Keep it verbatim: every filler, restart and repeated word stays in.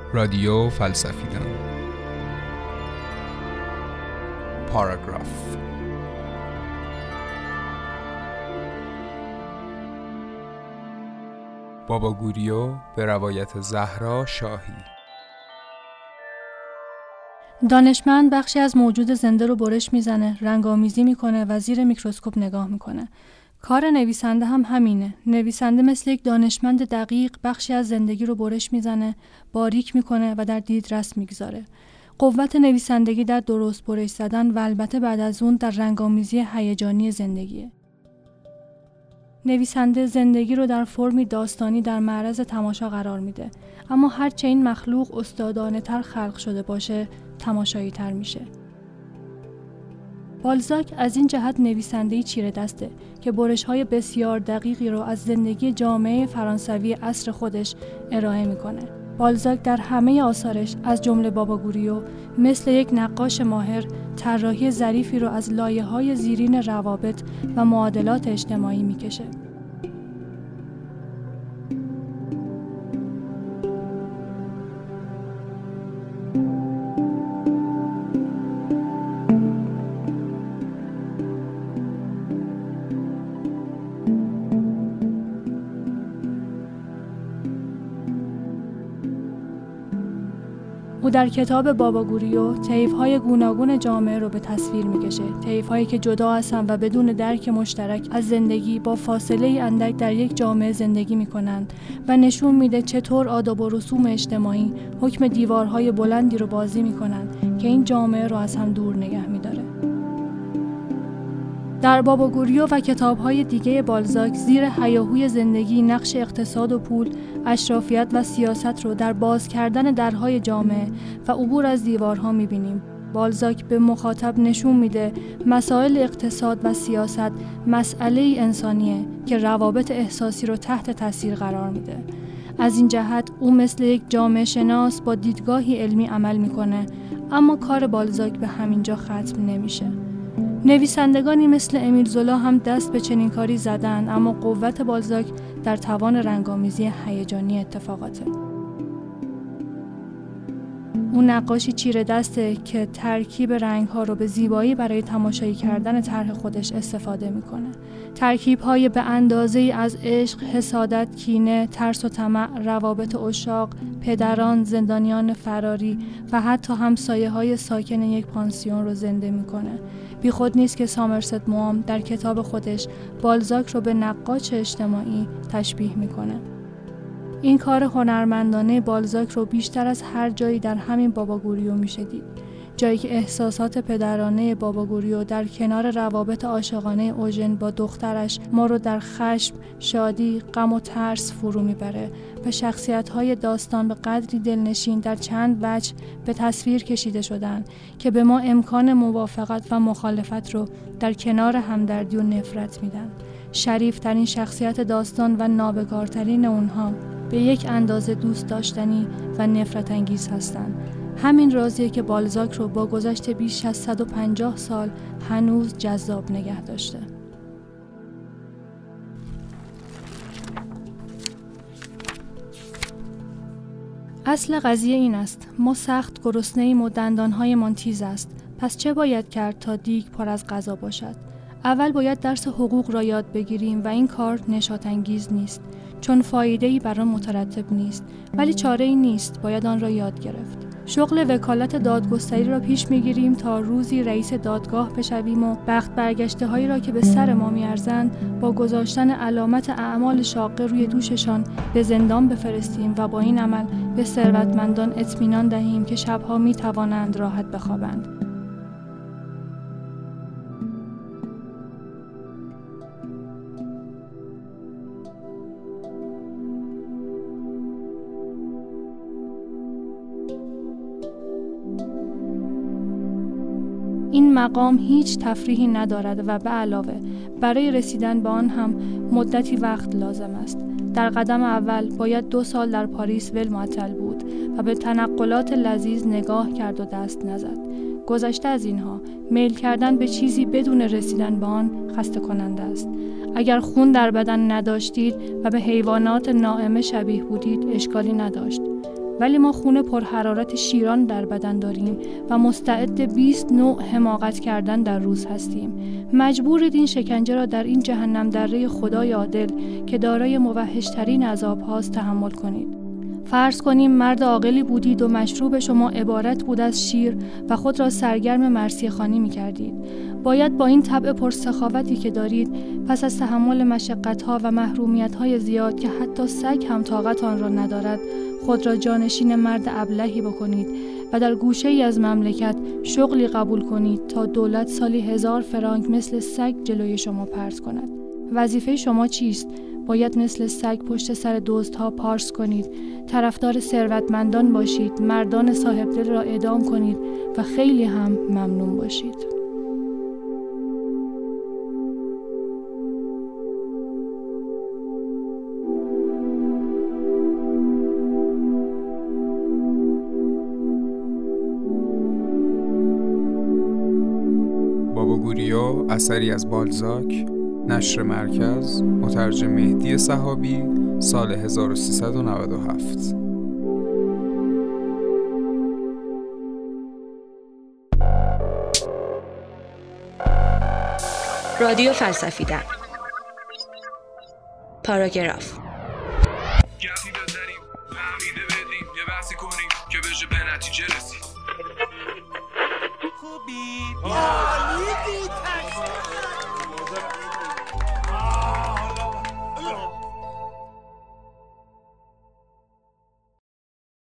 رادیو فلسفیدان. پاراگراف. بابا گوریو به روایت زهرا شاهی. دانشمند بخشی از موجود زنده رو برش میزنه، رنگامیزی میکنه و زیر میکروسکوپ نگاه میکنه. کار نویسنده هم همینه. نویسنده مثل یک دانشمند دقیق بخشی از زندگی رو برش میزنه، باریک میکنه و در دیدرس میگذاره. قوت نویسندگی در درست برش زدن و البته بعد از اون در رنگامیزی هیجانی زندگیه. نویسنده زندگی رو در فرمی داستانی در معرض تماشا قرار میده، اما هرچه این مخلوق استادانه تر خلق شده باشه، تماشایی تر میشه. بالزاک از این جهت نویسنده‌ای چیره دسته که برش‌های بسیار دقیقی رو از زندگی جامعه فرانسوی عصر خودش ارائه میکنه. بالزاک در همه آثارش از جمله بابا گوریو مثل یک نقاش ماهر طراحی ظریفی رو از لایه‌های زیرین روابط و معادلات اجتماعی میکشه. او در کتاب بابا گوریو طیف‌های گوناگون جامعه رو به تصویر می‌کشه، طیف‌هایی که جدا هستن و بدون درک مشترک از زندگی با فاصله اندک در یک جامعه زندگی می‌کنند و نشون میده چطور آداب و رسوم اجتماعی حکم دیوارهای بلندی رو بازی می‌کنند که این جامعه رو از هم دور نگه می‌داره. در بابا گوریو و کتاب‌های دیگه بالزاک زیر هیاهوی زندگی نقش اقتصاد و پول، اشرافیت و سیاست رو در باز کردن درهای جامعه و عبور از دیوارها می‌بینیم. بالزاک به مخاطب نشون میده مسائل اقتصاد و سیاست مسئله انسانیه که روابط احساسی رو تحت تاثیر قرار میده. از این جهت او مثل یک جامعه شناس با دیدگاهی علمی عمل میکنه، اما کار بالزاک به همینجا ختم نمیشه. نویسندگانی مثل امیل زولا هم دست به چنین کاری زدن، اما قوت بالزاک در توان رنگامیزی هیجانی اتفاقاته. اون نقاشی چیره دسته که ترکیب رنگ‌ها رو به زیبایی برای تماشایی کردن طرح خودش استفاده میکنه. ترکیب‌های به اندازه‌ای از عشق، حسادت، کینه، ترس و طمع، روابط عشاق، پدران، زندانیان فراری و حتی همسایه‌های ساکن یک پانسیون رو زنده میکنه. بی خود نیست که سامرست موام در کتاب خودش بالزاک رو به نقاش اجتماعی تشبیه میکنه. این کار هنرمندانه بالزاک رو بیشتر از هر جایی در همین بابا گوریو میشه دید. جایی که احساسات پدرانه بابا گوریو در کنار روابط عاشقانه اوژن با دخترش ما رو در خشم، شادی، غم و ترس فرو میبره و شخصیت‌های داستان به قدری دلنشین در چند وجه به تصویر کشیده شدن که به ما امکان موافقت و مخالفت رو در کنار همدردی و نفرت میدن. شریف ترین شخصیت داستان و نابکارترین اونها به یک اندازه دوست داشتنی و نفرت انگیز هستند. همین رازیه که بالزاک رو با گذشت بیش از صد و پنجاه سال هنوز جذاب نگه داشته. اصل قضیه این است: ما سخت گرسنه‌ایم و دندان‌هایمان تیز است. پس چه باید کرد تا دیگ پر از غذا باشد؟ اول باید درس حقوق را یاد بگیریم و این کار نشاط انگیز نیست، چون فایده‌ای بر آن مترتب نیست، ولی چاره‌ای نیست، باید آن را یاد گرفت. شغل وکالت دادگستری را پیش می‌گیریم تا روزی رئیس دادگاه بشویم و بخت برگشته هایی را که به سر ما می‌ارزند با گذاشتن علامت اعمال شاقه روی دوششان به زندان بفرستیم و با این عمل به ثروتمندان اطمینان دهیم که شبها می‌توانند راحت بخوابند. این مقام هیچ تفریحی ندارد و به علاوه برای رسیدن به آن هم مدتی وقت لازم است. در قدم اول باید دو سال در پاریس ول معطل بود و به تنقلات لذیذ نگاه کرد و دست نزد. گذشته از اینها، میل کردن به چیزی بدون رسیدن به آن خسته کننده است. اگر خون در بدن نداشتید و به حیوانات ناعمه شبیه بودید، اشکالی نداشت. ولی ما خون پرحرارت شیران در بدن داریم و مستعد بیست نوع حماقت کردن در روز هستیم. مجبورید این شکنجه را در این جهنم دره خدای عادل که دارای موحش‌ترین عذاب هاست تحمل کنید. فرض کنیم مرد عاقلی بودید و مشروب شما عبارت بود از شیر و خود را سرگرم مرثیه خوانی می کردید. باید با این طبع پرسخاوتی که دارید پس از تحمل مشقت‌ها و محرومیت‌های زیاد که حتی سگ هم طاقت آن را ندارد خود را جانشین مرد ابلهی بکنید و در گوشه‌ای از مملکت شغلی قبول کنید تا دولت سالی هزار فرانک مثل سگ جلوی شما پرت کند. وظیفه شما چیست؟ باید مثل سگ پشت سر دزدها پارس کنید، طرفدار ثروتمندان باشید، مردان صاحب دل را اعدام کنید و خیلی هم ممنون باشید. بابا گوریا، اثری از بالزاک، نشر مرکز، مترجم مهدی صحابی، سال هزار و سیصد و نود و هفت. رادیو فلسفیدن. پاراگراف. گپی بزنیم، فهمیده بدیم، یه بحثی کنیم که بشه به نتیجه رسید. خوبی